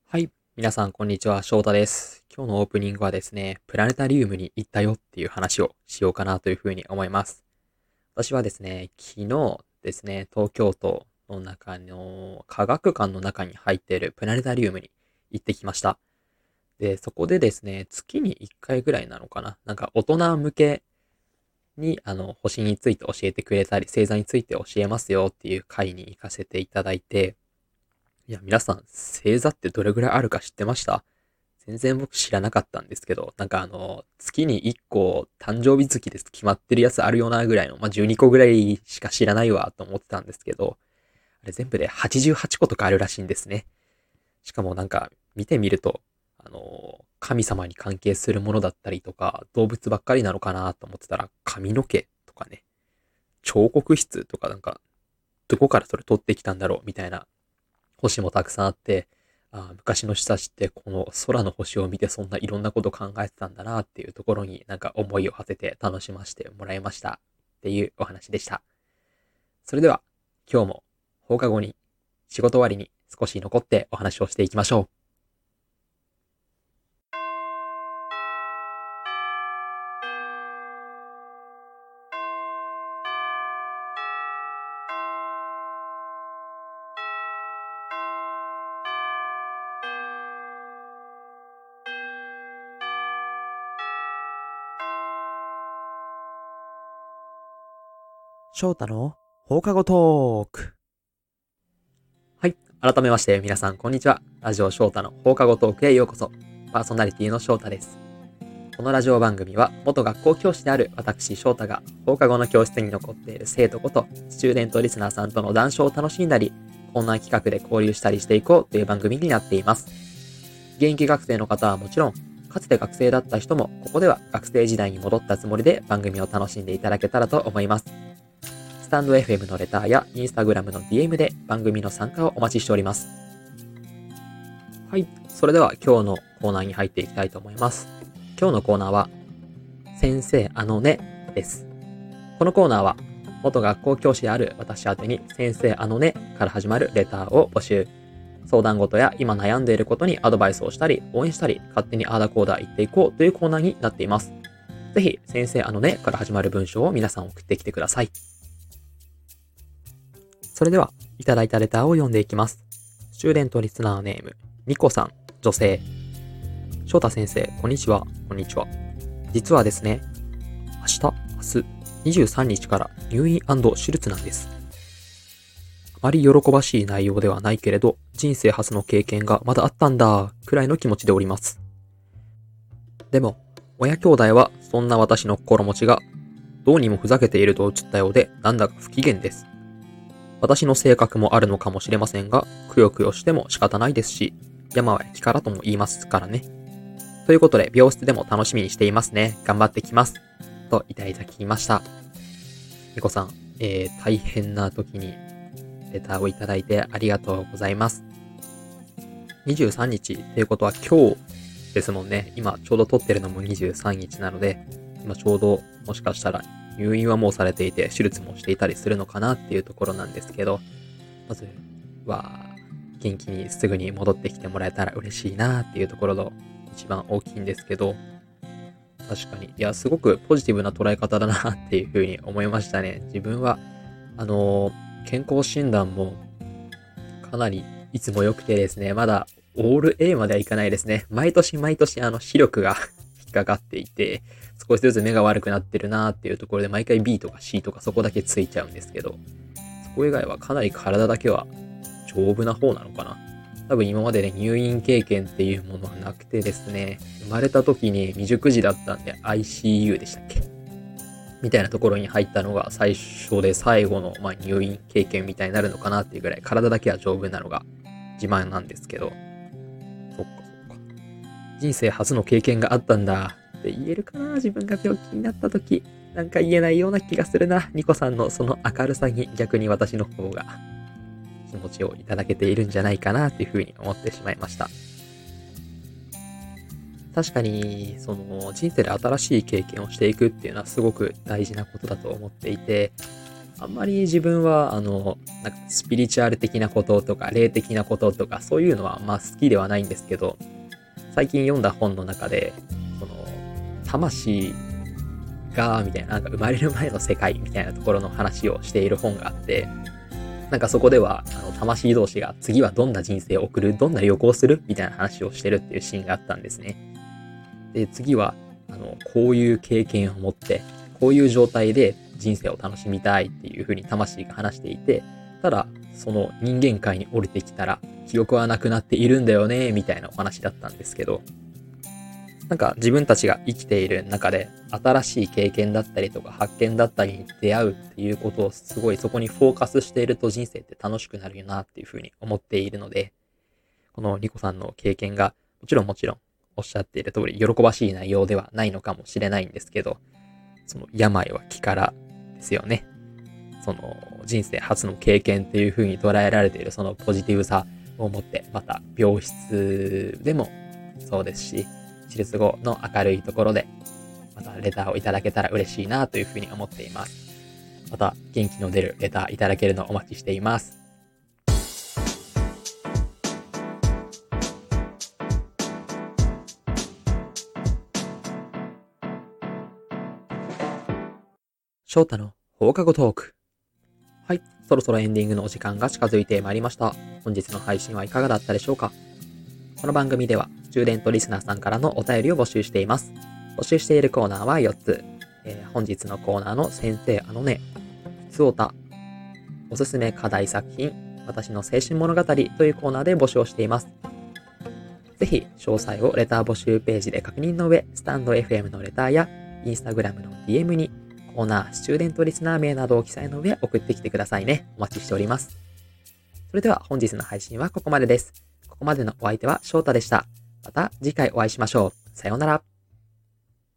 はい。皆さん、こんにちは。翔太です。今日のオープニングはですね、プラネタリウムに行ったよっていう話をしようかなというふうに思います。私はですね、昨日ですね、東京都の中の科学館の中に入っているプラネタリウムに行ってきました。で、そこでですね、月に1回ぐらいなのかな。なんか大人向けに星について教えてくれたり、星座について教えますよっていう会に行かせていただいて、いや、皆さん、星座ってどれぐらいあるか知ってました？全然僕知らなかったんですけど、なんか月に1個誕生日月です決まってるやつあるよなぐらいの、まあ、12個ぐらいしか知らないわと思ってたんですけど、あれ全部で88個とかあるらしいんですね。しかもなんか見てみると、神様に関係するものだったりとか、動物ばっかりなのかなと思ってたら、髪の毛とかね、彫刻質とかなんか、どこからそれ取ってきたんだろうみたいな星もたくさんあって、昔の人たちってこの空の星を見てそんないろんなこと考えてたんだなっていうところになんか思いを馳せて楽しませてもらいましたっていうお話でした。それでは今日も放課後に仕事終わりに少し残ってお話をしていきましょう。翔太の放課後トーク。はい。改めまして皆さんこんにちは。ラジオ翔太の放課後トークへようこそ。パーソナリティの翔太です。このラジオ番組は元学校教師である私翔太が放課後の教室に残っている生徒ことスチューデントリスナーさんとの談笑を楽しんだり、こんな企画で交流したりしていこうという番組になっています。現役学生の方はもちろん、かつて学生だった人もここでは学生時代に戻ったつもりで番組を楽しんでいただけたらと思います。スタンド FM のレターやインスタグラムの DM で番組の参加をお待ちしております。はい。それでは今日のコーナーに入っていきたいと思います。今日のコーナーは先生です。このコーナーは元学校教師である私宛てに先生から始まるレターを募集。相談事や今悩んでいることにアドバイスをしたり、応援したり、勝手にあーだこーだ言っていこうというコーナーになっています。ぜひ先生から始まる文章を皆さん送ってきてください。それでは、いただいたレターを読んでいきます。スチューデントリスナーネーム、ニコさん、女性。翔太先生、こんにちは。こんにちは。実はですね、明日、23日から入院手術なんです。あまり喜ばしい内容ではないけれど、人生初の経験がまだあったんだ、くらいの気持ちでおります。でも、親兄弟はそんな私の心持ちが、どうにもふざけていると映ったようで、なんだか不機嫌です。私の性格もあるのかもしれませんが、くよくよしても仕方ないですし、山は木からとも言いますからね。ということで、病室でも楽しみにしていますね。頑張ってきます。といただきました。ニコさん、大変な時にレターをいただいてありがとうございます。23日っていうことは今日ですもんね。今ちょうど撮ってるのも23日なので、今ちょうどもしかしたら入院はもうされていて手術もしていたりするのかなっていうところなんですけど、まずは元気にすぐに戻ってきてもらえたら嬉しいなっていうところの一番大きいんですけど、確かに、いや、すごくポジティブな捉え方だなっていうふうに思いましたね。自分は、健康診断もかなりいつも良くてですね、まだオール A まではいかないですね。毎年毎年視力が引っかかっていて、少しずつ目が悪くなってるなーっていうところで毎回 B とか C とかそこだけついちゃうんですけど、そこ以外はかなり体だけは丈夫な方なのかな。多分今までね、入院経験っていうものはなくてですね、生まれた時に未熟児だったんで ICU でしたっけみたいなところに入ったのが最初で最後の、入院経験みたいになるのかなっていうぐらい体だけは丈夫なのが自慢なんですけど、そっかそっか。人生初の経験があったんだって言えるかな。自分が病気になった時。なんか言えないような気がするな。ニコさんのその明るさに逆に私の方が気持ちをいただけているんじゃないかなっていうふうに思ってしまいました。確かに、その人生で新しい経験をしていくっていうのはすごく大事なことだと思っていて、 あんまり自分は、なんかスピリチュアル的なこととか、霊的なこととか、そういうのは好きではないんですけど、最近読んだ本の中で、その、魂が、みたいな、なんか生まれる前の世界みたいなところの話をしている本があって、なんかそこでは、魂同士が次はどんな人生を送る、どんな旅行するみたいな話をしてるっていうシーンがあったんですね。で、次は、こういう経験を持って、こういう状態で人生を楽しみたいっていう風に魂が話していて、ただ、その人間界に降りてきたら、記憶はなくなっているんだよね、みたいなお話だったんですけど、なんか自分たちが生きている中で、新しい経験だったりとか発見だったりに出会うっていうことをすごいそこにフォーカスしていると人生って楽しくなるよなっていう風に思っているので、このリコさんの経験が、もちろん、おっしゃっている通り、喜ばしい内容ではないのかもしれないんですけど、その病は気からですよね。その人生初の経験っていう風に捉えられているそのポジティブさを持って、また病室でもそうですし、手術後の明るいところで、またレターをいただけたら嬉しいなという風に思っています。また元気の出るレターいただけるのをお待ちしています。翔太の放課後トーク。はい、そろそろエンディングのお時間が近づいてまいりました。本日の配信はいかがだったでしょうか？この番組では、スチューデントリスナーさんからのお便りを募集しています。募集しているコーナーは4つ。本日のコーナーの先生ふつおた、おすすめ課題作品、私の青春物語というコーナーで募集をしています。ぜひ、詳細をレター募集ページで確認の上、スタンド FM のレターや、インスタグラムの DM に、コーナー、スチューデントリスナー名などを記載の上送ってきてくださいね。お待ちしております。それでは本日の配信はここまでです。ここまでのお相手は翔太でした。また次回お会いしましょう。さようなら。